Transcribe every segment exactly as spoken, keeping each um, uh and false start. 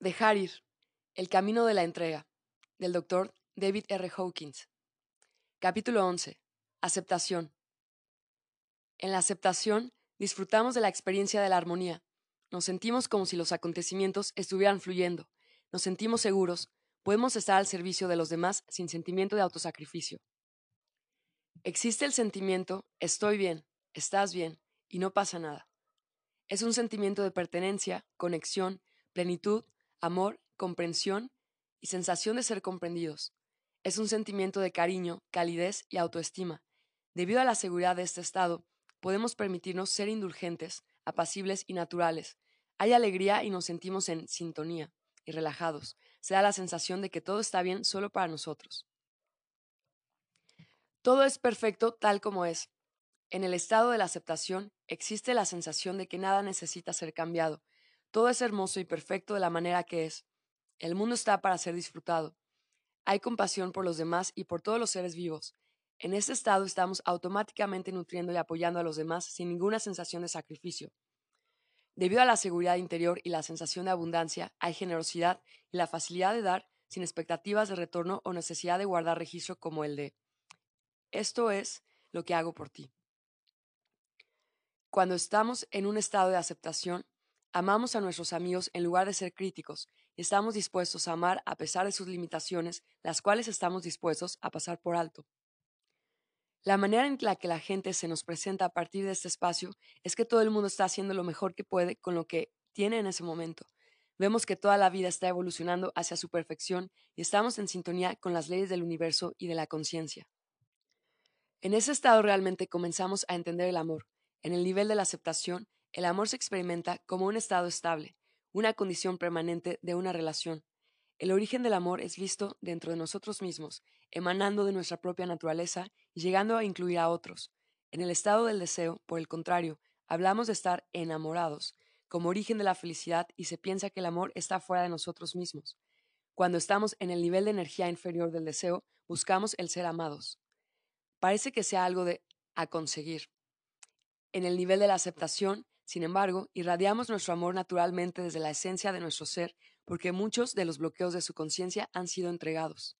Dejar ir. El camino de la entrega. Del doctor David R. Hawkins. Capítulo once. Aceptación. En la aceptación, disfrutamos de la experiencia de la armonía. Nos sentimos como si los acontecimientos estuvieran fluyendo. Nos sentimos seguros. Podemos estar al servicio de los demás sin sentimiento de autosacrificio. Existe el sentimiento, estoy bien, estás bien, y no pasa nada. Es un sentimiento de pertenencia, conexión, plenitud, amor, comprensión y sensación de ser comprendidos. Es un sentimiento de cariño, calidez y autoestima. Debido a la seguridad de este estado, podemos permitirnos ser indulgentes, apacibles y naturales. Hay alegría y nos sentimos en sintonía y relajados. Se da la sensación de que todo está bien solo para nosotros. Todo es perfecto tal como es. En el estado de la aceptación existe la sensación de que nada necesita ser cambiado. Todo es hermoso y perfecto de la manera que es. El mundo está para ser disfrutado. Hay compasión por los demás y por todos los seres vivos. En este estado estamos automáticamente nutriendo y apoyando a los demás sin ninguna sensación de sacrificio. Debido a la seguridad interior y la sensación de abundancia, hay generosidad y la facilidad de dar sin expectativas de retorno o necesidad de guardar registro como el de esto es lo que hago por ti. Cuando estamos en un estado de aceptación, amamos a nuestros amigos en lugar de ser críticos y estamos dispuestos a amar a pesar de sus limitaciones, las cuales estamos dispuestos a pasar por alto. La manera en la que la gente se nos presenta a partir de este espacio es que todo el mundo está haciendo lo mejor que puede con lo que tiene en ese momento. Vemos que toda la vida está evolucionando hacia su perfección y estamos en sintonía con las leyes del universo y de la conciencia. En ese estado realmente comenzamos a entender el amor. En el nivel de la aceptación, el amor se experimenta como un estado estable, una condición permanente de una relación. El origen del amor es visto dentro de nosotros mismos, emanando de nuestra propia naturaleza y llegando a incluir a otros. En el estado del deseo, por el contrario, hablamos de estar enamorados, como origen de la felicidad, y se piensa que el amor está fuera de nosotros mismos. Cuando estamos en el nivel de energía inferior del deseo, buscamos el ser amados. Parece que sea algo de a conseguir. En el nivel de la aceptación, sin embargo, irradiamos nuestro amor naturalmente desde la esencia de nuestro ser, porque muchos de los bloqueos de su conciencia han sido entregados.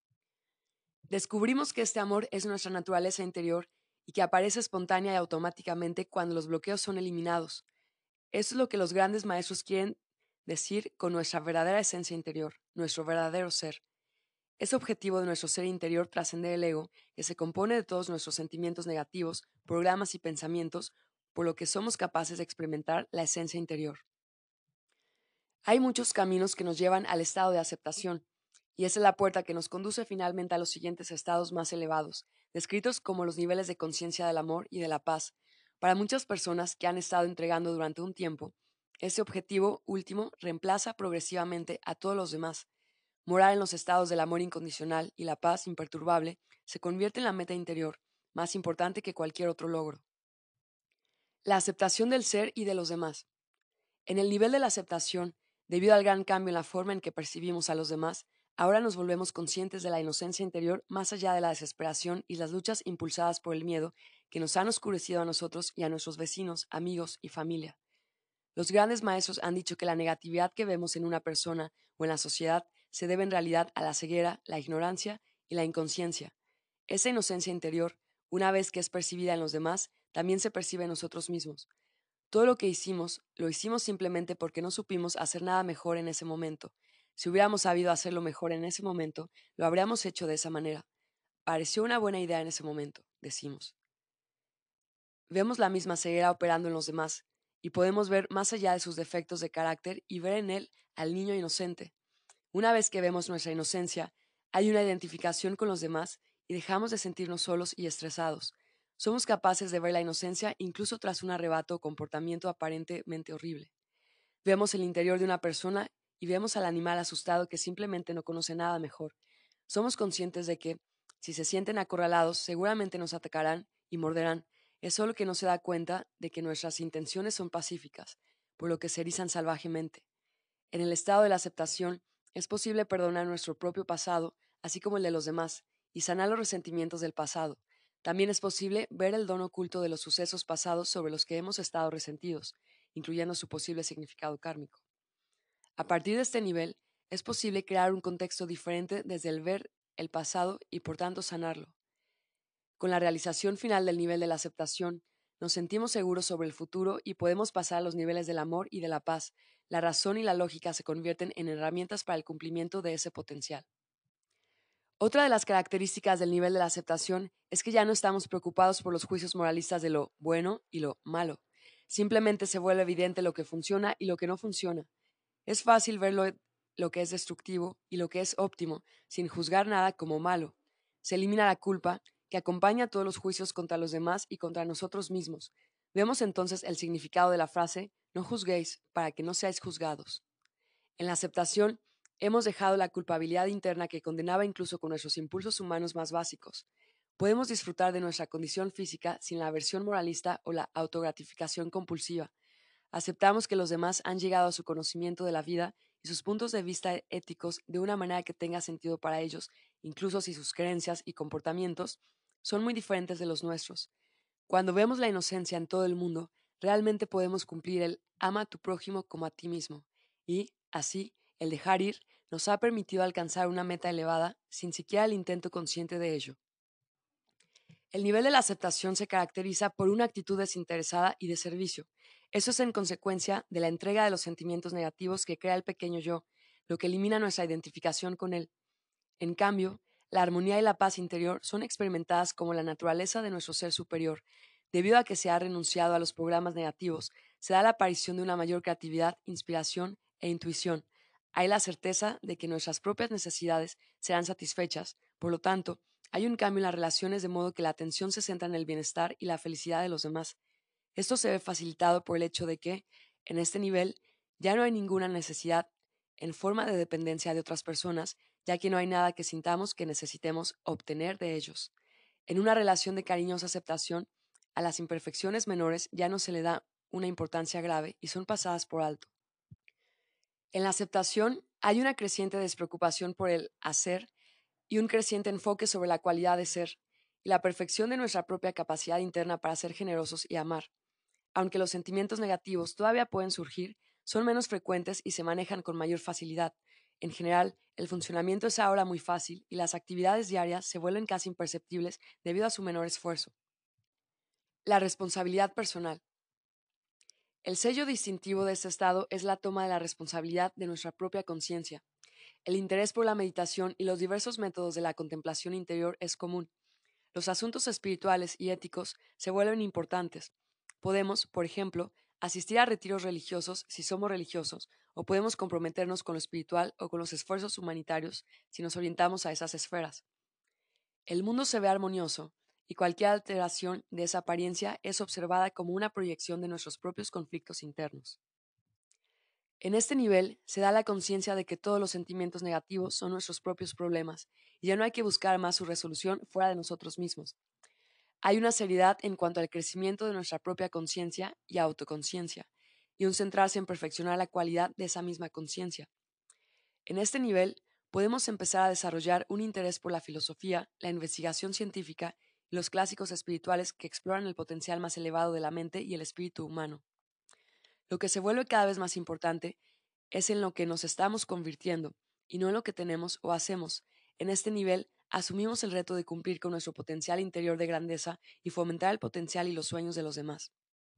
Descubrimos que este amor es nuestra naturaleza interior y que aparece espontánea y automáticamente cuando los bloqueos son eliminados. Eso es lo que los grandes maestros quieren decir con nuestra verdadera esencia interior, nuestro verdadero ser. Es objetivo de nuestro ser interior trascender el ego, que se compone de todos nuestros sentimientos negativos, programas y pensamientos, por lo que somos capaces de experimentar la esencia interior. Hay muchos caminos que nos llevan al estado de aceptación, y esa es la puerta que nos conduce finalmente a los siguientes estados más elevados, descritos como los niveles de conciencia del amor y de la paz. Para muchas personas que han estado entregando durante un tiempo, ese objetivo último reemplaza progresivamente a todos los demás. Morar en los estados del amor incondicional y la paz imperturbable se convierte en la meta interior, más importante que cualquier otro logro. La aceptación del ser y de los demás. En el nivel de la aceptación, debido al gran cambio en la forma en que percibimos a los demás, ahora nos volvemos conscientes de la inocencia interior más allá de la desesperación y las luchas impulsadas por el miedo que nos han oscurecido a nosotros y a nuestros vecinos, amigos y familia. Los grandes maestros han dicho que la negatividad que vemos en una persona o en la sociedad se debe en realidad a la ceguera, la ignorancia y la inconsciencia. Esa inocencia interior, una vez que es percibida en los demás, también se percibe en nosotros mismos. Todo lo que hicimos, lo hicimos simplemente porque no supimos hacer nada mejor en ese momento. Si hubiéramos sabido hacerlo mejor en ese momento, lo habríamos hecho de esa manera. Pareció una buena idea en ese momento, decimos. Vemos la misma ceguera operando en los demás, y podemos ver más allá de sus defectos de carácter y ver en él al niño inocente. Una vez que vemos nuestra inocencia, hay una identificación con los demás y dejamos de sentirnos solos y estresados. Somos capaces de ver la inocencia incluso tras un arrebato o comportamiento aparentemente horrible. Vemos el interior de una persona y vemos al animal asustado que simplemente no conoce nada mejor. Somos conscientes de que, si se sienten acorralados, seguramente nos atacarán y morderán. Es solo que no se da cuenta de que nuestras intenciones son pacíficas, por lo que se erizan salvajemente. En el estado de la aceptación, es posible perdonar nuestro propio pasado, así como el de los demás, y sanar los resentimientos del pasado. También es posible ver el don oculto de los sucesos pasados sobre los que hemos estado resentidos, incluyendo su posible significado kármico. A partir de este nivel, es posible crear un contexto diferente desde el ver el pasado y por tanto sanarlo. Con la realización final del nivel de la aceptación, nos sentimos seguros sobre el futuro y podemos pasar a los niveles del amor y de la paz. La razón y la lógica se convierten en herramientas para el cumplimiento de ese potencial. Otra de las características del nivel de la aceptación es que ya no estamos preocupados por los juicios moralistas de lo bueno y lo malo. Simplemente se vuelve evidente lo que funciona y lo que no funciona. Es fácil ver lo, lo que es destructivo y lo que es óptimo, sin juzgar nada como malo. Se elimina la culpa, que acompaña todos los juicios contra los demás y contra nosotros mismos. Vemos entonces el significado de la frase, no juzguéis para que no seáis juzgados. En la aceptación, hemos dejado la culpabilidad interna que condenaba incluso con nuestros impulsos humanos más básicos. Podemos disfrutar de nuestra condición física sin la aversión moralista o la autogratificación compulsiva. Aceptamos que los demás han llegado a su conocimiento de la vida y sus puntos de vista éticos de una manera que tenga sentido para ellos, incluso si sus creencias y comportamientos son muy diferentes de los nuestros. Cuando vemos la inocencia en todo el mundo, realmente podemos cumplir el ama a tu prójimo como a ti mismo, y, así, el dejar ir nos ha permitido alcanzar una meta elevada sin siquiera el intento consciente de ello. El nivel de la aceptación se caracteriza por una actitud desinteresada y de servicio. Eso es en consecuencia de la entrega de los sentimientos negativos que crea el pequeño yo, lo que elimina nuestra identificación con él. En cambio, la armonía y la paz interior son experimentadas como la naturaleza de nuestro ser superior. Debido a que se ha renunciado a los programas negativos, se da la aparición de una mayor creatividad, inspiración e intuición. Hay la certeza de que nuestras propias necesidades serán satisfechas. Por lo tanto, hay un cambio en las relaciones de modo que la atención se centra en el bienestar y la felicidad de los demás. Esto se ve facilitado por el hecho de que, en este nivel, ya no hay ninguna necesidad en forma de dependencia de otras personas, ya que no hay nada que sintamos que necesitemos obtener de ellos. En una relación de cariñosa aceptación, a las imperfecciones menores ya no se le da una importancia grave y son pasadas por alto. En la aceptación hay una creciente despreocupación por el hacer y un creciente enfoque sobre la cualidad de ser y la perfección de nuestra propia capacidad interna para ser generosos y amar. Aunque los sentimientos negativos todavía pueden surgir, son menos frecuentes y se manejan con mayor facilidad. En general, el funcionamiento es ahora muy fácil y las actividades diarias se vuelven casi imperceptibles debido a su menor esfuerzo. La responsabilidad personal. El sello distintivo de este estado es la toma de la responsabilidad de nuestra propia conciencia. El interés por la meditación y los diversos métodos de la contemplación interior es común. Los asuntos espirituales y éticos se vuelven importantes. Podemos, por ejemplo, asistir a retiros religiosos si somos religiosos, o podemos comprometernos con lo espiritual o con los esfuerzos humanitarios si nos orientamos a esas esferas. El mundo se ve armonioso, y cualquier alteración de esa apariencia es observada como una proyección de nuestros propios conflictos internos. En este nivel se da la conciencia de que todos los sentimientos negativos son nuestros propios problemas, y ya no hay que buscar más su resolución fuera de nosotros mismos. Hay una seriedad en cuanto al crecimiento de nuestra propia conciencia y autoconciencia, y un centrarse en perfeccionar la cualidad de esa misma conciencia. En este nivel, podemos empezar a desarrollar un interés por la filosofía, la investigación científica y los clásicos espirituales que exploran el potencial más elevado de la mente y el espíritu humano. Lo que se vuelve cada vez más importante es en lo que nos estamos convirtiendo, y no en lo que tenemos o hacemos. En este nivel, asumimos el reto de cumplir con nuestro potencial interior de grandeza y fomentar el potencial y los sueños de los demás.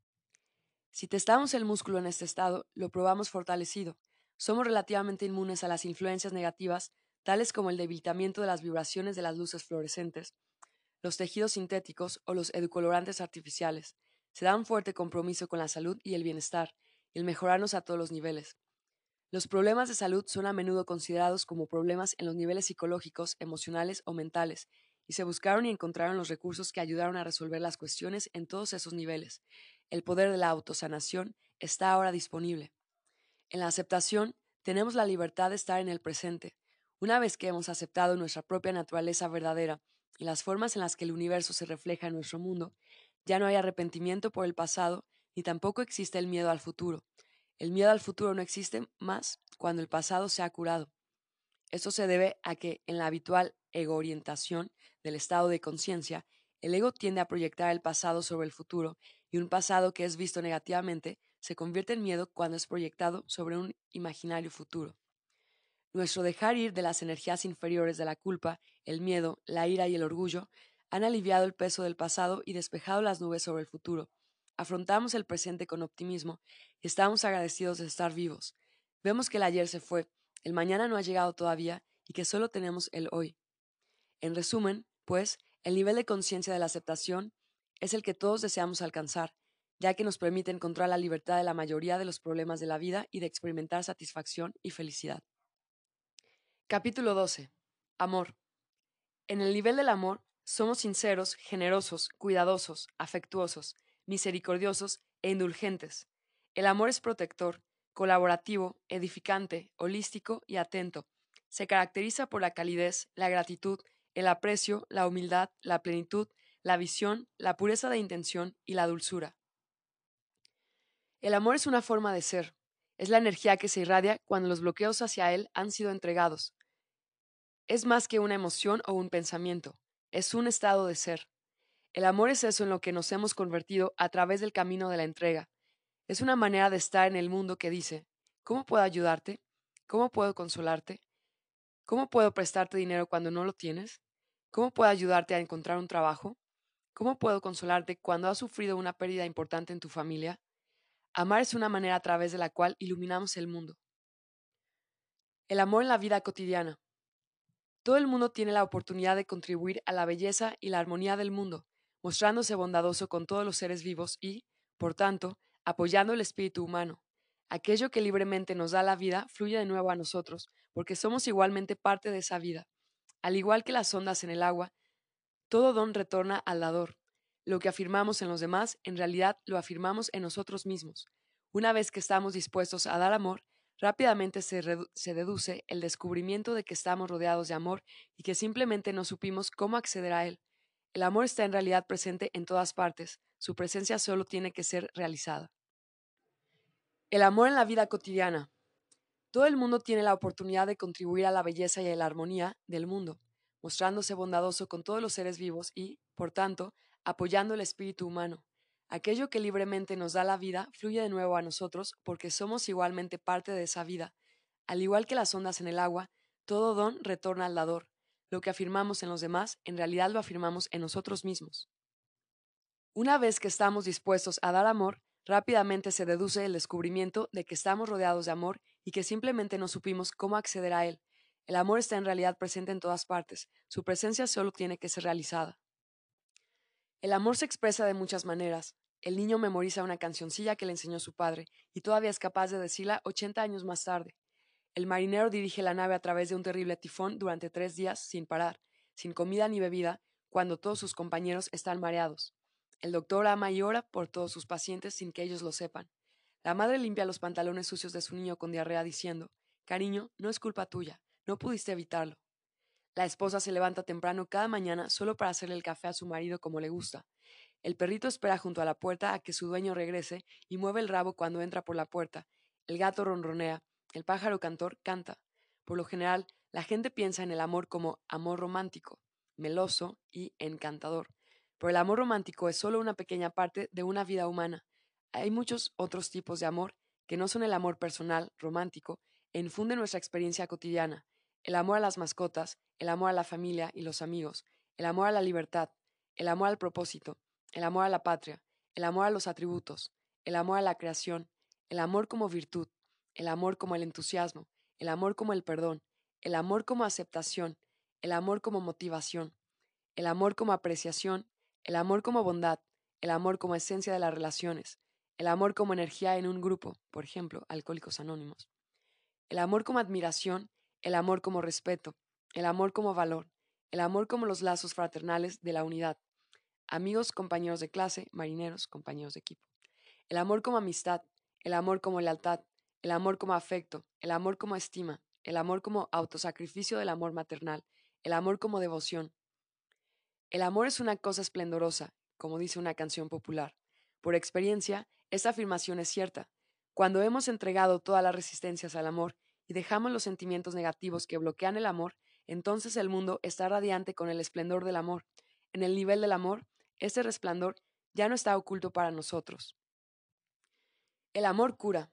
Si testamos el músculo en este estado, lo probamos fortalecido. Somos relativamente inmunes a las influencias negativas, tales como el debilitamiento de las vibraciones de las luces fluorescentes, los tejidos sintéticos o los edulcorantes artificiales. Se da un fuerte compromiso con la salud y el bienestar, y el mejorarnos a todos los niveles. Los problemas de salud son a menudo considerados como problemas en los niveles psicológicos, emocionales o mentales, y se buscaron y encontraron los recursos que ayudaron a resolver las cuestiones en todos esos niveles. El poder de la autosanación está ahora disponible. En la aceptación, tenemos la libertad de estar en el presente. Una vez que hemos aceptado nuestra propia naturaleza verdadera y las formas en las que el universo se refleja en nuestro mundo, ya no hay arrepentimiento por el pasado, ni tampoco existe el miedo al futuro. El miedo al futuro no existe más cuando el pasado se ha curado. Esto se debe a que en la habitual ego-orientación del estado de conciencia, el ego tiende a proyectar el pasado sobre el futuro, y un pasado que es visto negativamente se convierte en miedo cuando es proyectado sobre un imaginario futuro. Nuestro dejar ir de las energías inferiores de la culpa, el miedo, la ira y el orgullo han aliviado el peso del pasado y despejado las nubes sobre el futuro. Afrontamos el presente con optimismo y estamos agradecidos de estar vivos. Vemos que el ayer se fue, el mañana no ha llegado todavía y que solo tenemos el hoy. En resumen, pues, el nivel de conciencia de la aceptación es el que todos deseamos alcanzar, ya que nos permite encontrar la libertad de la mayoría de los problemas de la vida y de experimentar satisfacción y felicidad. Capítulo doce. Amor. En el nivel del amor, somos sinceros, generosos, cuidadosos, afectuosos, misericordiosos e indulgentes. El amor es protector, colaborativo, edificante, holístico y atento. Se caracteriza por la calidez, la gratitud, el aprecio, la humildad, la plenitud, la visión, la pureza de intención y la dulzura. El amor es una forma de ser. Es la energía que se irradia cuando los bloqueos hacia él han sido entregados. Es más que una emoción o un pensamiento, es un estado de ser. El amor es eso en lo que nos hemos convertido a través del camino de la entrega. Es una manera de estar en el mundo que dice, ¿cómo puedo ayudarte? ¿Cómo puedo consolarte? ¿Cómo puedo prestarte dinero cuando no lo tienes? ¿Cómo puedo ayudarte a encontrar un trabajo? ¿Cómo puedo consolarte cuando has sufrido una pérdida importante en tu familia? Amar es una manera a través de la cual iluminamos el mundo. El amor en la vida cotidiana. Todo el mundo tiene la oportunidad de contribuir a la belleza y la armonía del mundo, mostrándose bondadoso con todos los seres vivos y, por tanto, apoyando el espíritu humano. Aquello que libremente nos da la vida fluye de nuevo a nosotros, porque somos igualmente parte de esa vida. Al igual que las ondas en el agua, todo don retorna al dador. Lo que afirmamos en los demás, en realidad lo afirmamos en nosotros mismos. Una vez que estamos dispuestos a dar amor, rápidamente se, se deduce el descubrimiento de que estamos rodeados de amor y que simplemente no supimos cómo acceder a él. El amor está en realidad presente en todas partes, su presencia solo tiene que ser realizada. El amor en la vida cotidiana. Todo el mundo tiene la oportunidad de contribuir a la belleza y a la armonía del mundo, mostrándose bondadoso con todos los seres vivos y, por tanto, apoyando el espíritu humano. Aquello que libremente nos da la vida fluye de nuevo a nosotros porque somos igualmente parte de esa vida. Al igual que las ondas en el agua, todo don retorna al dador. Lo que afirmamos en los demás, en realidad lo afirmamos en nosotros mismos. Una vez que estamos dispuestos a dar amor, rápidamente se deduce el descubrimiento de que estamos rodeados de amor y que simplemente no supimos cómo acceder a él. El amor está en realidad presente en todas partes, su presencia solo tiene que ser realizada. El amor se expresa de muchas maneras. El niño memoriza una cancioncilla que le enseñó su padre y todavía es capaz de decirla ochenta años más tarde. El marinero dirige la nave a través de un terrible tifón durante tres días sin parar, sin comida ni bebida, cuando todos sus compañeros están mareados. El doctor ama y ora por todos sus pacientes sin que ellos lo sepan. La madre limpia los pantalones sucios de su niño con diarrea diciendo, «Cariño, no es culpa tuya, no pudiste evitarlo». La esposa se levanta temprano cada mañana solo para hacerle el café a su marido como le gusta. El perrito espera junto a la puerta a que su dueño regrese y mueve el rabo cuando entra por la puerta. El gato ronronea, el pájaro cantor canta. Por lo general, la gente piensa en el amor como amor romántico, meloso y encantador. Pero el amor romántico es solo una pequeña parte de una vida humana. Hay muchos otros tipos de amor que no son el amor personal, romántico, e infunden nuestra experiencia cotidiana. El amor a las mascotas, el amor a la familia y los amigos, el amor a la libertad, el amor al propósito, el amor a la patria, el amor a los atributos, el amor a la creación, el amor como virtud, el amor como el entusiasmo, el amor como el perdón, el amor como aceptación, el amor como motivación, el amor como apreciación, el amor como bondad, el amor como esencia de las relaciones, el amor como energía en un grupo, por ejemplo, Alcohólicos Anónimos, el amor como admiración, el amor como respeto, el amor como valor, el amor como los lazos fraternales de la unidad, amigos, compañeros de clase, marineros, compañeros de equipo, el amor como amistad, el amor como lealtad, el amor como afecto, el amor como estima, el amor como autosacrificio del amor maternal, el amor como devoción. El amor es una cosa esplendorosa, como dice una canción popular. Por experiencia, esta afirmación es cierta. Cuando hemos entregado todas las resistencias al amor y dejamos los sentimientos negativos que bloquean el amor, entonces el mundo está radiante con el esplendor del amor. En el nivel del amor, este resplandor ya no está oculto para nosotros. El amor cura.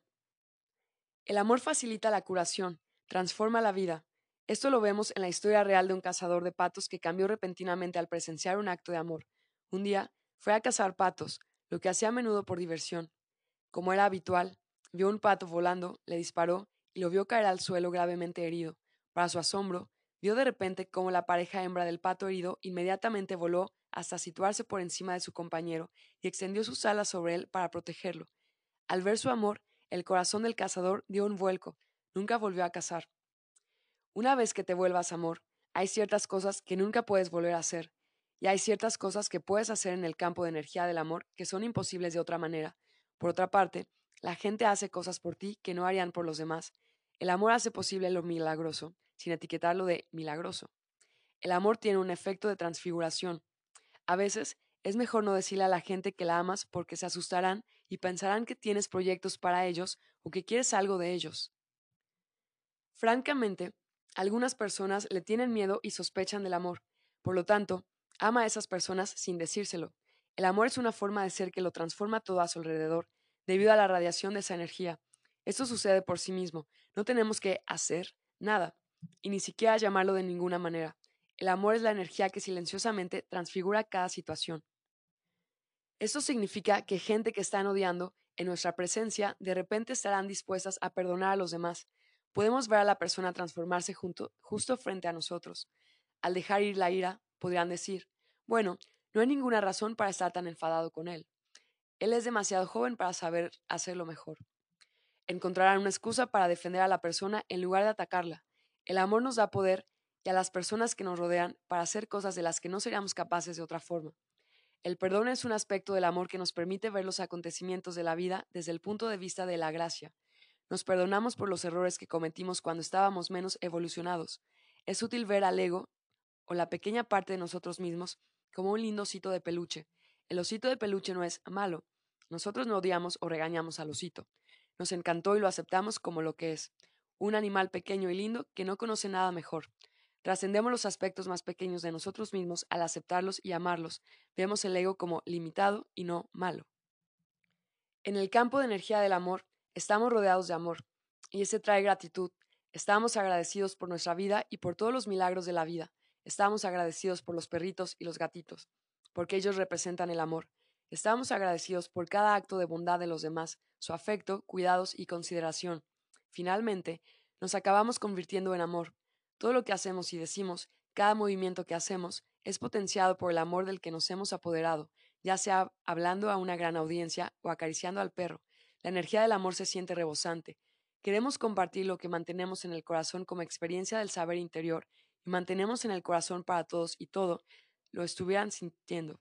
El amor facilita la curación, transforma la vida. Esto lo vemos en la historia real de un cazador de patos que cambió repentinamente al presenciar un acto de amor. Un día fue a cazar patos, lo que hacía a menudo por diversión. Como era habitual, vio un pato volando, le disparó y lo vio caer al suelo gravemente herido. Para su asombro, vio de repente cómo la pareja hembra del pato herido inmediatamente voló hasta situarse por encima de su compañero y extendió sus alas sobre él para protegerlo. Al ver su amor, el corazón del cazador dio un vuelco. Nunca volvió a cazar. Una vez que te vuelvas amor, hay ciertas cosas que nunca puedes volver a hacer, y hay ciertas cosas que puedes hacer en el campo de energía del amor que son imposibles de otra manera. Por otra parte, la gente hace cosas por ti que no harían por los demás. El amor hace posible lo milagroso, sin etiquetarlo de milagroso. El amor tiene un efecto de transfiguración. A veces es mejor no decirle a la gente que la amas porque se asustarán y pensarán que tienes proyectos para ellos o que quieres algo de ellos. Francamente, algunas personas le tienen miedo y sospechan del amor. Por lo tanto, ama a esas personas sin decírselo. El amor es una forma de ser que lo transforma todo a su alrededor, debido a la radiación de esa energía. Esto sucede por sí mismo. No tenemos que hacer nada, y ni siquiera llamarlo de ninguna manera. El amor es la energía que silenciosamente transfigura cada situación. Esto significa que gente que están odiando en nuestra presencia de repente estarán dispuestas a perdonar a los demás. Podemos ver a la persona transformarse junto, justo frente a nosotros. Al dejar ir la ira, podrían decir, bueno, no hay ninguna razón para estar tan enfadado con él. Él es demasiado joven para saber hacerlo mejor. Encontrarán una excusa para defender a la persona en lugar de atacarla. El amor nos da poder y a las personas que nos rodean para hacer cosas de las que no seríamos capaces de otra forma. El perdón es un aspecto del amor que nos permite ver los acontecimientos de la vida desde el punto de vista de la gracia. Nos perdonamos por los errores que cometimos cuando estábamos menos evolucionados. Es útil ver al ego, o la pequeña parte de nosotros mismos, como un lindo osito de peluche. El osito de peluche no es malo. Nosotros no odiamos o regañamos al osito. Nos encantó y lo aceptamos como lo que es. Un animal pequeño y lindo que no conoce nada mejor. Trascendemos los aspectos más pequeños de nosotros mismos al aceptarlos y amarlos. Vemos el ego como limitado y no malo. En el campo de energía del amor, estamos rodeados de amor, y ese trae gratitud. Estamos agradecidos por nuestra vida y por todos los milagros de la vida. Estamos agradecidos por los perritos y los gatitos, porque ellos representan el amor. Estamos agradecidos por cada acto de bondad de los demás, su afecto, cuidados y consideración. Finalmente, nos acabamos convirtiendo en amor. Todo lo que hacemos y decimos, cada movimiento que hacemos, es potenciado por el amor del que nos hemos apoderado, ya sea hablando a una gran audiencia o acariciando al perro. La energía del amor se siente rebosante. Queremos compartir lo que mantenemos en el corazón como experiencia del saber interior y mantenemos en el corazón para todos y todo lo estuvieran sintiendo.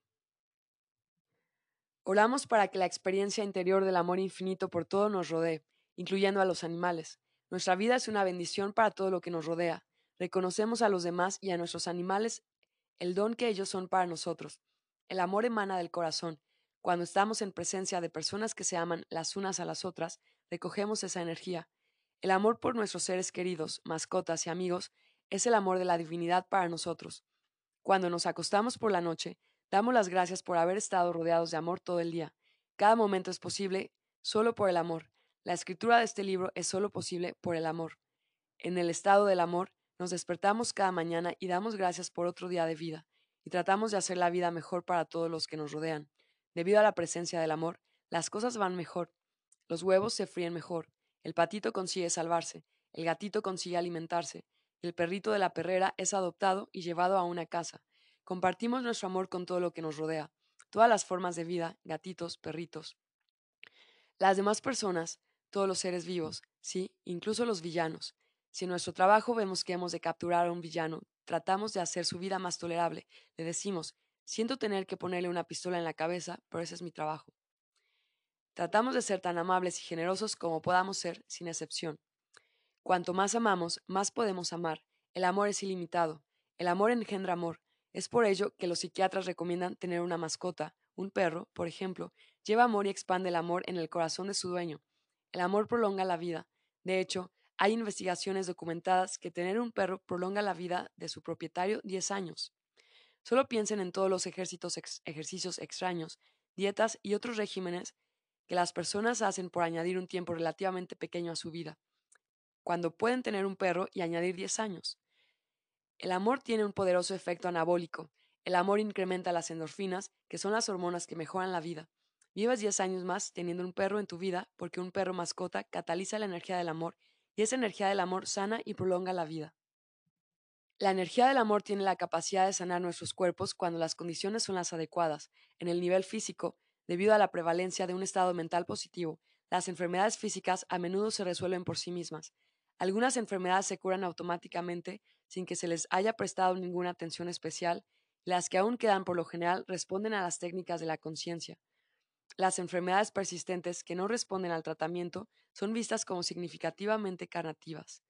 Oramos para que la experiencia interior del amor infinito por todo nos rodee, incluyendo a los animales. Nuestra vida es una bendición para todo lo que nos rodea. Reconocemos a los demás y a nuestros animales el don que ellos son para nosotros. El amor emana del corazón. Cuando estamos en presencia de personas que se aman las unas a las otras, recogemos esa energía. El amor por nuestros seres queridos, mascotas y amigos es el amor de la divinidad para nosotros. Cuando nos acostamos por la noche, damos las gracias por haber estado rodeados de amor todo el día. Cada momento es posible solo por el amor. La escritura de este libro es solo posible por el amor. En el estado del amor, nos despertamos cada mañana y damos gracias por otro día de vida, y tratamos de hacer la vida mejor para todos los que nos rodean. Debido a la presencia del amor, las cosas van mejor. Los huevos se fríen mejor, el patito consigue salvarse, el gatito consigue alimentarse, y el perrito de la perrera es adoptado y llevado a una casa. Compartimos nuestro amor con todo lo que nos rodea, todas las formas de vida, gatitos, perritos. Las demás personas, todos los seres vivos, sí, incluso los villanos. Si en nuestro trabajo vemos que hemos de capturar a un villano, tratamos de hacer su vida más tolerable. Le decimos, siento tener que ponerle una pistola en la cabeza, pero ese es mi trabajo. Tratamos de ser tan amables y generosos como podamos ser, sin excepción. Cuanto más amamos, más podemos amar. El amor es ilimitado. El amor engendra amor. Es por ello que los psiquiatras recomiendan tener una mascota. Un perro, por ejemplo, lleva amor y expande el amor en el corazón de su dueño. El amor prolonga la vida. De hecho, hay investigaciones documentadas que tener un perro prolonga la vida de su propietario diez años. Solo piensen en todos los ejércitos ex- ejercicios extraños, dietas y otros regímenes que las personas hacen por añadir un tiempo relativamente pequeño a su vida, cuando pueden tener un perro y añadir diez años. El amor tiene un poderoso efecto anabólico. El amor incrementa las endorfinas, que son las hormonas que mejoran la vida. Vivas diez años más teniendo un perro en tu vida porque un perro mascota cataliza la energía del amor y esa energía del amor sana y prolonga la vida. La energía del amor tiene la capacidad de sanar nuestros cuerpos cuando las condiciones son las adecuadas. En el nivel físico, debido a la prevalencia de un estado mental positivo, las enfermedades físicas a menudo se resuelven por sí mismas. Algunas enfermedades se curan automáticamente sin que se les haya prestado ninguna atención especial, y las que aún quedan por lo general responden a las técnicas de la conciencia. Las enfermedades persistentes que no responden al tratamiento son vistas como significativamente carnativas.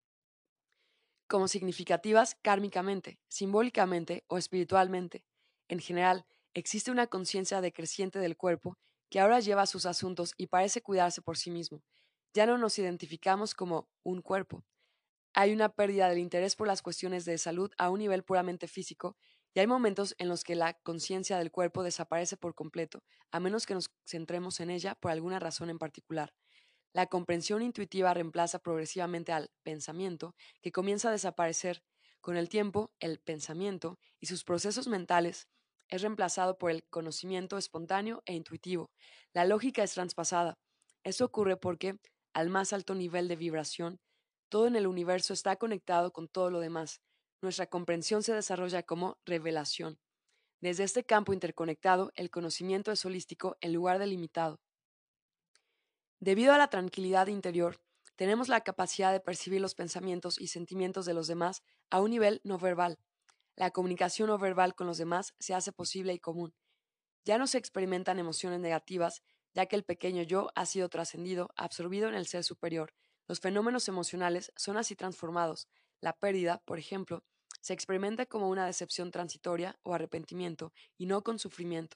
como significativas kármicamente, simbólicamente o espiritualmente. En general, existe una conciencia decreciente del cuerpo que ahora lleva sus asuntos y parece cuidarse por sí mismo. Ya no nos identificamos como un cuerpo. Hay una pérdida del interés por las cuestiones de salud a un nivel puramente físico y hay momentos en los que la conciencia del cuerpo desaparece por completo, a menos que nos centremos en ella por alguna razón en particular. La comprensión intuitiva reemplaza progresivamente al pensamiento, que comienza a desaparecer. Con el tiempo, el pensamiento y sus procesos mentales es reemplazado por el conocimiento espontáneo e intuitivo. La lógica es traspasada. Esto ocurre porque, al más alto nivel de vibración, todo en el universo está conectado con todo lo demás. Nuestra comprensión se desarrolla como revelación. Desde este campo interconectado, el conocimiento es holístico en lugar de limitado. Debido a la tranquilidad interior, tenemos la capacidad de percibir los pensamientos y sentimientos de los demás a un nivel no verbal. La comunicación no verbal con los demás se hace posible y común. Ya no se experimentan emociones negativas, ya que el pequeño yo ha sido trascendido, absorbido en el ser superior. Los fenómenos emocionales son así transformados. La pérdida, por ejemplo, se experimenta como una decepción transitoria o arrepentimiento, y no con sufrimiento.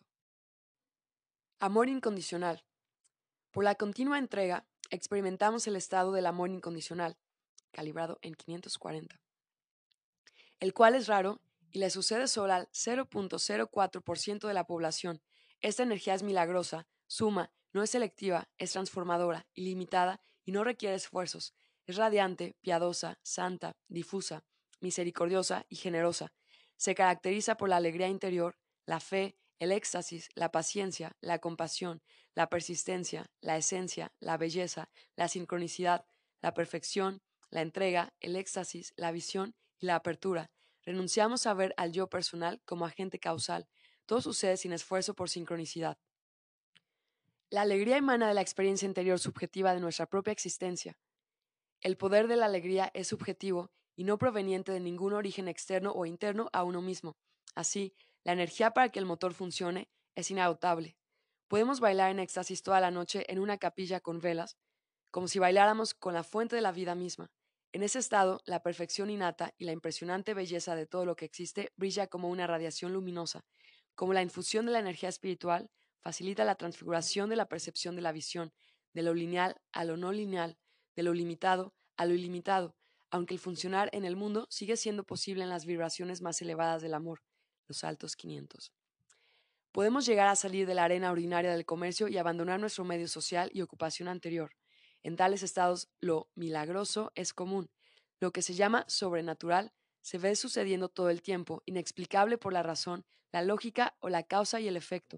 Amor incondicional. Por la continua entrega, experimentamos el estado del amor incondicional, calibrado en quinientos cuarenta, el cual es raro y le sucede solo al cero punto cero cuatro por ciento de la población. Esta energía es milagrosa, suma, no es selectiva, es transformadora, ilimitada y no requiere esfuerzos. Es radiante, piadosa, santa, difusa, misericordiosa y generosa. Se caracteriza por la alegría interior, la fe, el éxtasis, la paciencia, la compasión, la persistencia, la esencia, la belleza, la sincronicidad, la perfección, la entrega, el éxtasis, la visión y la apertura. Renunciamos a ver al yo personal como agente causal. Todo sucede sin esfuerzo por sincronicidad. La alegría emana de la experiencia interior subjetiva de nuestra propia existencia. El poder de la alegría es subjetivo y no proveniente de ningún origen externo o interno a uno mismo. Así, la energía para que el motor funcione es inagotable. Podemos bailar en éxtasis toda la noche en una capilla con velas, como si bailáramos con la fuente de la vida misma. En ese estado, la perfección innata y la impresionante belleza de todo lo que existe brilla como una radiación luminosa. Como la infusión de la energía espiritual facilita la transfiguración de la percepción de la visión, de lo lineal a lo no lineal, de lo limitado a lo ilimitado, aunque el funcionar en el mundo sigue siendo posible en las vibraciones más elevadas del amor, los altos quinientos. Podemos llegar a salir de la arena ordinaria del comercio y abandonar nuestro medio social y ocupación anterior. En tales estados, lo milagroso es común. Lo que se llama sobrenatural se ve sucediendo todo el tiempo, inexplicable por la razón, la lógica o la causa y el efecto.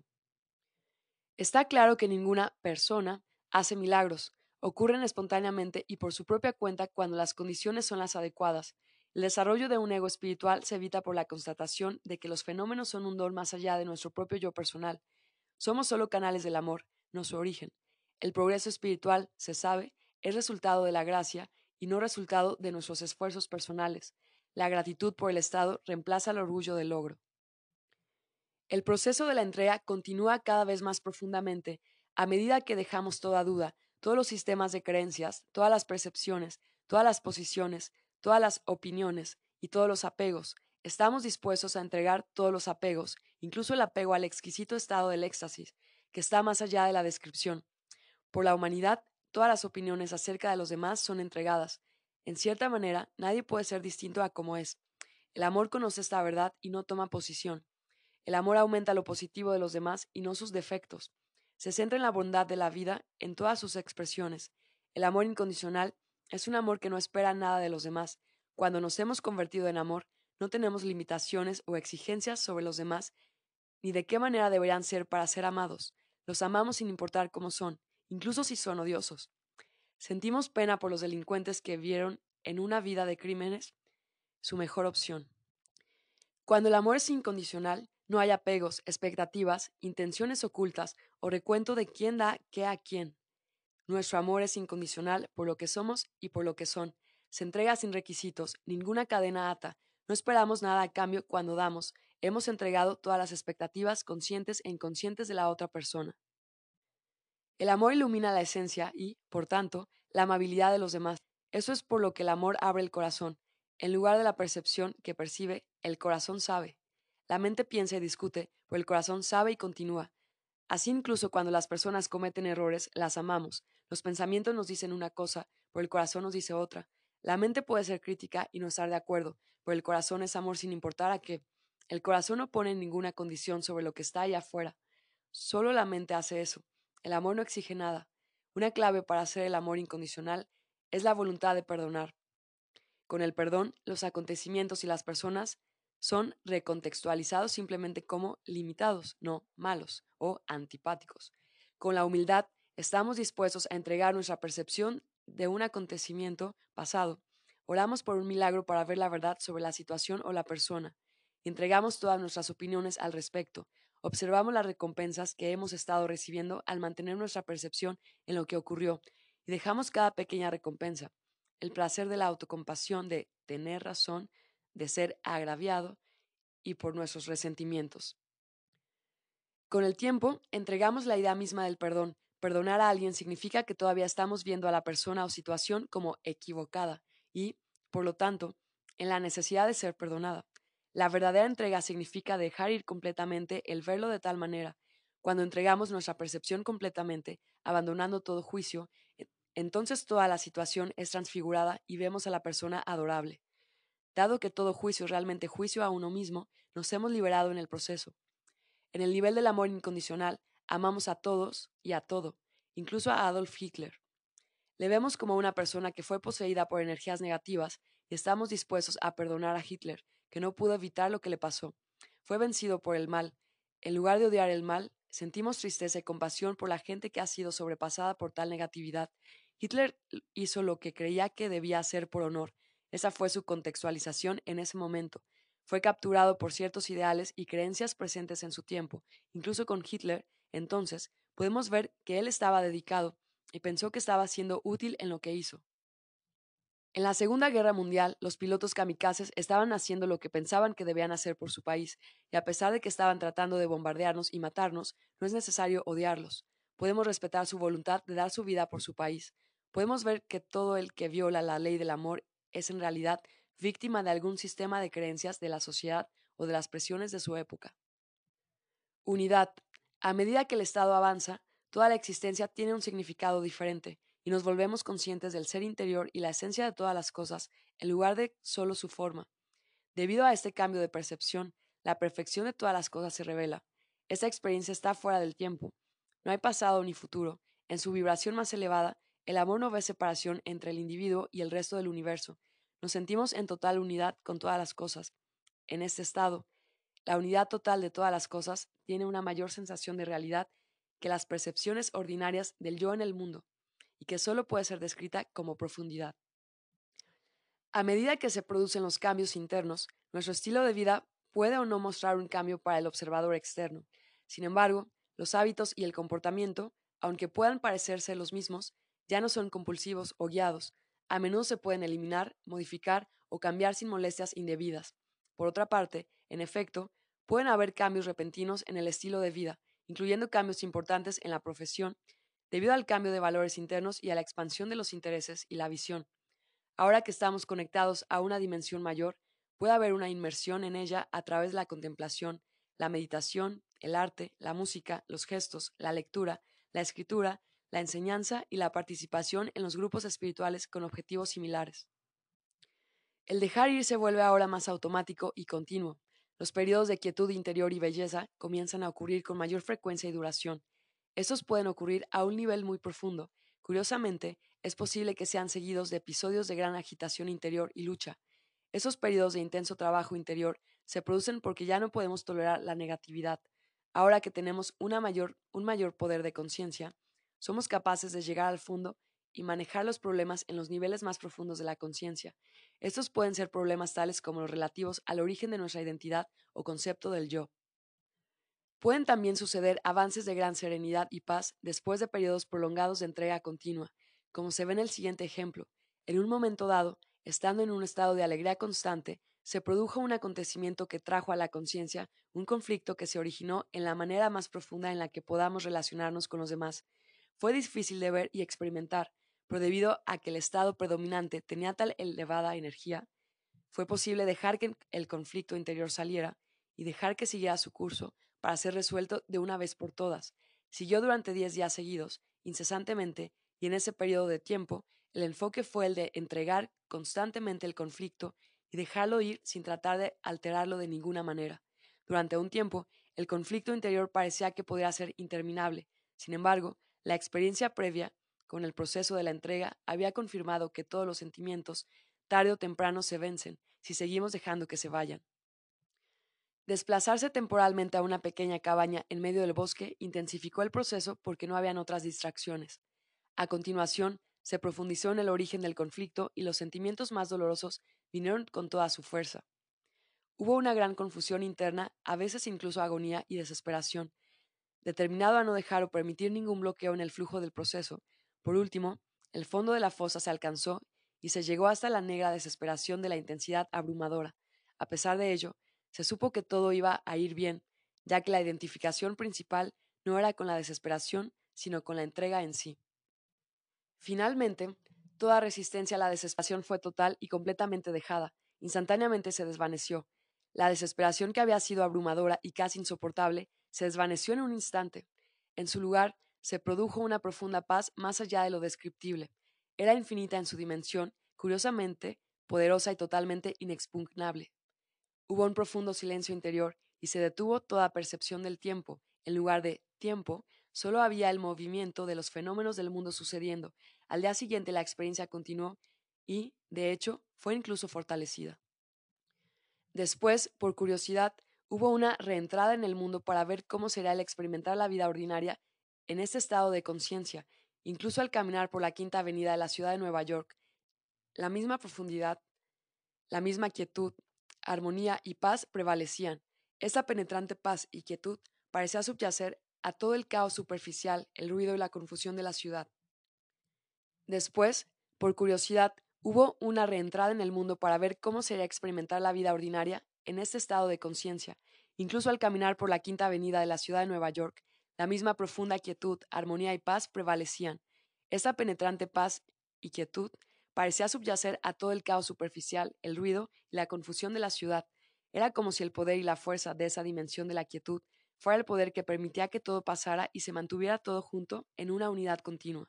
Está claro que ninguna persona hace milagros, ocurren espontáneamente y por su propia cuenta cuando las condiciones son las adecuadas. El desarrollo de un ego espiritual se evita por la constatación de que los fenómenos son un don más allá de nuestro propio yo personal. Somos solo canales del amor, no su origen. El progreso espiritual, se sabe, es resultado de la gracia y no resultado de nuestros esfuerzos personales. La gratitud por el estado reemplaza el orgullo del logro. El proceso de la entrega continúa cada vez más profundamente a medida que dejamos toda duda, todos los sistemas de creencias, todas las percepciones, todas las posiciones, todas las opiniones y todos los apegos. Estamos dispuestos a entregar todos los apegos, incluso el apego al exquisito estado del éxtasis, que está más allá de la descripción. Por la humanidad, todas las opiniones acerca de los demás son entregadas. En cierta manera, nadie puede ser distinto a como es. El amor conoce esta verdad y no toma posición. El amor aumenta lo positivo de los demás y no sus defectos. Se centra en la bondad de la vida en todas sus expresiones. El amor incondicional es un amor que no espera nada de los demás. Cuando nos hemos convertido en amor, no tenemos limitaciones o exigencias sobre los demás, ni de qué manera deberían ser para ser amados. Los amamos sin importar cómo son, incluso si son odiosos. Sentimos pena por los delincuentes que vieron en una vida de crímenes su mejor opción. Cuando el amor es incondicional, no hay apegos, expectativas, intenciones ocultas o recuento de quién da qué a quién. Nuestro amor es incondicional por lo que somos y por lo que son. Se entrega sin requisitos, ninguna cadena ata. No esperamos nada a cambio cuando damos. Hemos entregado todas las expectativas conscientes e inconscientes de la otra persona. El amor ilumina la esencia y, por tanto, la amabilidad de los demás. Eso es por lo que el amor abre el corazón. En lugar de la percepción que percibe, el corazón sabe. La mente piensa y discute, pero el corazón sabe y continúa. Así incluso cuando las personas cometen errores, las amamos. Los pensamientos nos dicen una cosa, pero el corazón nos dice otra. La mente puede ser crítica y no estar de acuerdo, pero el corazón es amor sin importar a qué. El corazón no pone ninguna condición sobre lo que está allá afuera. Solo la mente hace eso. El amor no exige nada. Una clave para hacer el amor incondicional es la voluntad de perdonar. Con el perdón, los acontecimientos y las personas son recontextualizados simplemente como limitados, no malos o antipáticos. Con la humildad, estamos dispuestos a entregar nuestra percepción de un acontecimiento pasado. Oramos por un milagro para ver la verdad sobre la situación o la persona. Entregamos todas nuestras opiniones al respecto. Observamos las recompensas que hemos estado recibiendo al mantener nuestra percepción en lo que ocurrió y dejamos cada pequeña recompensa. El placer de la autocompasión, de tener razón, de ser agraviado y por nuestros resentimientos. Con el tiempo, entregamos la idea misma del perdón. Perdonar a alguien significa que todavía estamos viendo a la persona o situación como equivocada y, por lo tanto, en la necesidad de ser perdonada. La verdadera entrega significa dejar ir completamente el verlo de tal manera. Cuando entregamos nuestra percepción completamente, abandonando todo juicio, entonces toda la situación es transfigurada y vemos a la persona adorable. Dado que todo juicio es realmente juicio a uno mismo, nos hemos liberado en el proceso. En el nivel del amor incondicional, amamos a todos y a todo, incluso a Adolf Hitler. Le vemos como una persona que fue poseída por energías negativas y estamos dispuestos a perdonar a Hitler, que no pudo evitar lo que le pasó. Fue vencido por el mal. En lugar de odiar el mal, sentimos tristeza y compasión por la gente que ha sido sobrepasada por tal negatividad. Hitler hizo lo que creía que debía hacer por honor. Esa fue su contextualización en ese momento. Fue capturado por ciertos ideales y creencias presentes en su tiempo. Incluso con Hitler, entonces, podemos ver que él estaba dedicado y pensó que estaba siendo útil en lo que hizo. En la Segunda Guerra Mundial, los pilotos kamikazes estaban haciendo lo que pensaban que debían hacer por su país, y a pesar de que estaban tratando de bombardearnos y matarnos, no es necesario odiarlos. Podemos respetar su voluntad de dar su vida por su país. Podemos ver que todo el que viola la ley del amor es en realidad víctima de algún sistema de creencias de la sociedad o de las presiones de su época. Unidad. A medida que el Estado avanza, toda la existencia tiene un significado diferente y nos volvemos conscientes del ser interior y la esencia de todas las cosas, en lugar de solo su forma. Debido a este cambio de percepción, la perfección de todas las cosas se revela. Esta experiencia está fuera del tiempo. No hay pasado ni futuro. En su vibración más elevada, el amor no ve separación entre el individuo y el resto del universo. Nos sentimos en total unidad con todas las cosas. En este estado, la unidad total de todas las cosas tiene una mayor sensación de realidad que las percepciones ordinarias del yo en el mundo, y que solo puede ser descrita como profundidad. A medida que se producen los cambios internos, nuestro estilo de vida puede o no mostrar un cambio para el observador externo. Sin embargo, los hábitos y el comportamiento, aunque puedan parecerse los mismos, ya no son compulsivos o guiados. A menudo se pueden eliminar, modificar o cambiar sin molestias indebidas. Por otra parte, en efecto, pueden haber cambios repentinos en el estilo de vida, incluyendo cambios importantes en la profesión, debido al cambio de valores internos y a la expansión de los intereses y la visión. Ahora que estamos conectados a una dimensión mayor, puede haber una inmersión en ella a través de la contemplación, la meditación, el arte, la música, los gestos, la lectura, la escritura, la enseñanza y la participación en los grupos espirituales con objetivos similares. El dejar ir se vuelve ahora más automático y continuo. Los periodos de quietud interior y belleza comienzan a ocurrir con mayor frecuencia y duración. Estos pueden ocurrir a un nivel muy profundo. Curiosamente, es posible que sean seguidos de episodios de gran agitación interior y lucha. Esos periodos de intenso trabajo interior se producen porque ya no podemos tolerar la negatividad. Ahora que tenemos una mayor, un mayor poder de conciencia, somos capaces de llegar al fondo y manejar los problemas en los niveles más profundos de la conciencia. Estos pueden ser problemas tales como los relativos al origen de nuestra identidad o concepto del yo. Pueden también suceder avances de gran serenidad y paz después de periodos prolongados de entrega continua, como se ve en el siguiente ejemplo. En un momento dado, estando en un estado de alegría constante, se produjo un acontecimiento que trajo a la conciencia un conflicto que se originó en la manera más profunda en la que podamos relacionarnos con los demás. Fue difícil de ver y experimentar, pero debido a que el estado predominante tenía tal elevada energía, fue posible dejar que el conflicto interior saliera y dejar que siguiera su curso para ser resuelto de una vez por todas. Siguió durante diez días seguidos, incesantemente, y en ese periodo de tiempo, el enfoque fue el de entregar constantemente el conflicto y dejarlo ir sin tratar de alterarlo de ninguna manera. Durante un tiempo, el conflicto interior parecía que podía ser interminable. Sin embargo, la experiencia previa con el proceso de la entrega había confirmado que todos los sentimientos, tarde o temprano, se vencen si seguimos dejando que se vayan. Desplazarse temporalmente a una pequeña cabaña en medio del bosque intensificó el proceso porque no habían otras distracciones. A continuación, se profundizó en el origen del conflicto y los sentimientos más dolorosos vinieron con toda su fuerza. Hubo una gran confusión interna, a veces incluso agonía y desesperación. Determinado a no dejar o permitir ningún bloqueo en el flujo del proceso, por último, el fondo de la fosa se alcanzó y se llegó hasta la negra desesperación de la intensidad abrumadora. A pesar de ello, se supo que todo iba a ir bien, ya que la identificación principal no era con la desesperación, sino con la entrega en sí. Finalmente, toda resistencia a la desesperación fue total y completamente dejada. Instantáneamente se desvaneció. La desesperación, que había sido abrumadora y casi insoportable, se desvaneció en un instante. En su lugar, se produjo una profunda paz más allá de lo descriptible. Era infinita en su dimensión, curiosamente, poderosa y totalmente inexpugnable. Hubo un profundo silencio interior y se detuvo toda percepción del tiempo. En lugar de tiempo, solo había el movimiento de los fenómenos del mundo sucediendo. Al día siguiente la experiencia continuó y, de hecho, fue incluso fortalecida. Después, por curiosidad, hubo una reentrada en el mundo para ver cómo sería el experimentar la vida ordinaria en este estado de conciencia, incluso al caminar por la Quinta Avenida de la ciudad de Nueva York. La misma profundidad, la misma quietud, armonía y paz prevalecían. Esa penetrante paz y quietud parecía subyacer a todo el caos superficial, el ruido y la confusión de la ciudad. Después, por curiosidad, hubo una reentrada en el mundo para ver cómo sería experimentar la vida ordinaria en este estado de conciencia. Incluso al caminar por la Quinta Avenida de la ciudad de Nueva York, la misma profunda quietud, armonía y paz prevalecían. Esa penetrante paz y quietud parecía subyacer a todo el caos superficial, el ruido y la confusión de la ciudad. Era como si el poder y la fuerza de esa dimensión de la quietud fuera el poder que permitía que todo pasara y se mantuviera todo junto en una unidad continua.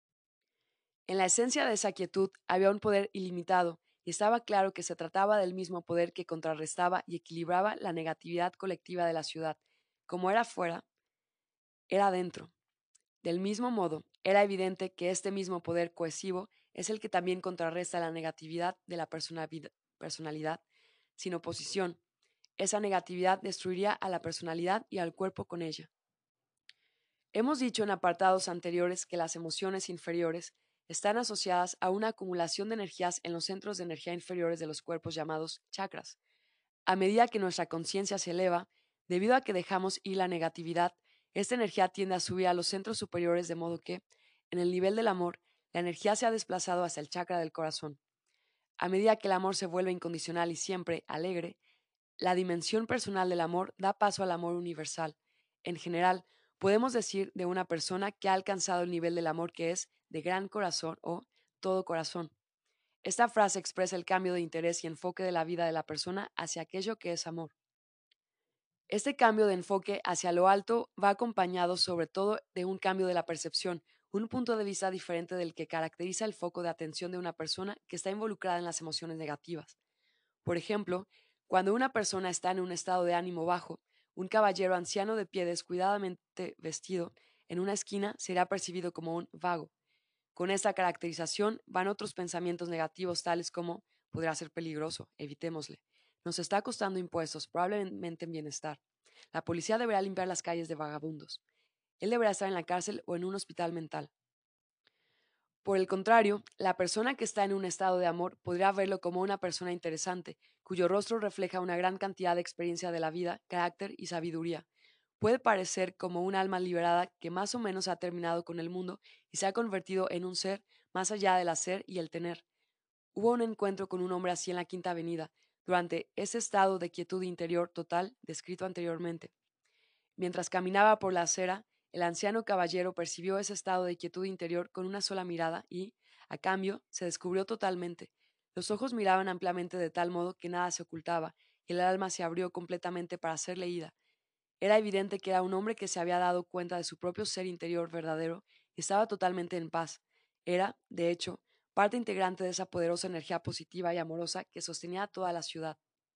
En la esencia de esa quietud había un poder ilimitado, y estaba claro que se trataba del mismo poder que contrarrestaba y equilibraba la negatividad colectiva de la ciudad. Como era fuera, era dentro. Del mismo modo, era evidente que este mismo poder cohesivo es el que también contrarresta la negatividad de la personalidad, sin oposición. Esa negatividad destruiría a la personalidad y al cuerpo con ella. Hemos dicho en apartados anteriores que las emociones inferiores están asociadas a una acumulación de energías en los centros de energía inferiores de los cuerpos llamados chakras. A medida que nuestra conciencia se eleva, debido a que dejamos ir la negatividad, esta energía tiende a subir a los centros superiores, de modo que, en el nivel del amor, la energía se ha desplazado hacia el chakra del corazón. A medida que el amor se vuelve incondicional y siempre alegre, la dimensión personal del amor da paso al amor universal. En general, podemos decir de una persona que ha alcanzado el nivel del amor que es de gran corazón o todo corazón. Esta frase expresa el cambio de interés y enfoque de la vida de la persona hacia aquello que es amor. Este cambio de enfoque hacia lo alto va acompañado sobre todo de un cambio de la percepción, un punto de vista diferente del que caracteriza el foco de atención de una persona que está involucrada en las emociones negativas. Por ejemplo, cuando una persona está en un estado de ánimo bajo, un caballero anciano de pie descuidadamente vestido en una esquina será percibido como un vago. Con esta caracterización van otros pensamientos negativos tales como podrá ser peligroso, evitémosle. Nos está costando impuestos, probablemente en bienestar. La policía deberá limpiar las calles de vagabundos. Él deberá estar en la cárcel o en un hospital mental. Por el contrario, la persona que está en un estado de amor podrá verlo como una persona interesante, cuyo rostro refleja una gran cantidad de experiencia de la vida, carácter y sabiduría. Puede parecer como un alma liberada que más o menos ha terminado con el mundo y se ha convertido en un ser más allá del hacer y el tener. Hubo un encuentro con un hombre así en la Quinta Avenida, durante ese estado de quietud interior total descrito anteriormente. Mientras caminaba por la acera, el anciano caballero percibió ese estado de quietud interior con una sola mirada y, a cambio, se descubrió totalmente. Los ojos miraban ampliamente de tal modo que nada se ocultaba, y el alma se abrió completamente para ser leída. Era evidente que era un hombre que se había dado cuenta de su propio ser interior verdadero y estaba totalmente en paz. Era, de hecho, parte integrante de esa poderosa energía positiva y amorosa que sostenía a toda la ciudad.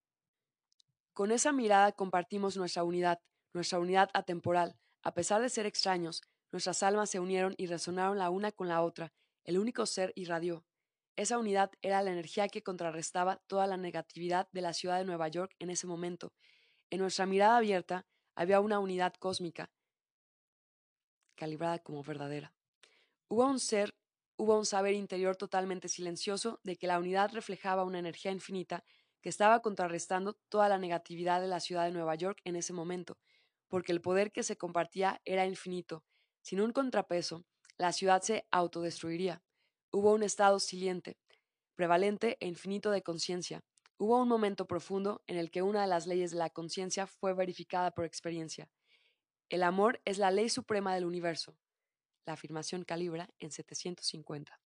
Con esa mirada compartimos nuestra unidad, nuestra unidad atemporal. A pesar de ser extraños, nuestras almas se unieron y resonaron la una con la otra. El único ser irradió. Esa unidad era la energía que contrarrestaba toda la negatividad de la ciudad de Nueva York en ese momento. En nuestra mirada abierta había una unidad cósmica, calibrada como verdadera. Hubo un ser, hubo un saber interior totalmente silencioso de que la unidad reflejaba una energía infinita que estaba contrarrestando toda la negatividad de la ciudad de Nueva York en ese momento, porque el poder que se compartía era infinito. Sin un contrapeso, la ciudad se autodestruiría. Hubo un estado siliente, prevalente e infinito de conciencia. Hubo un momento profundo en el que una de las leyes de la conciencia fue verificada por experiencia. El amor es la ley suprema del universo. La afirmación calibra en setecientos cincuenta.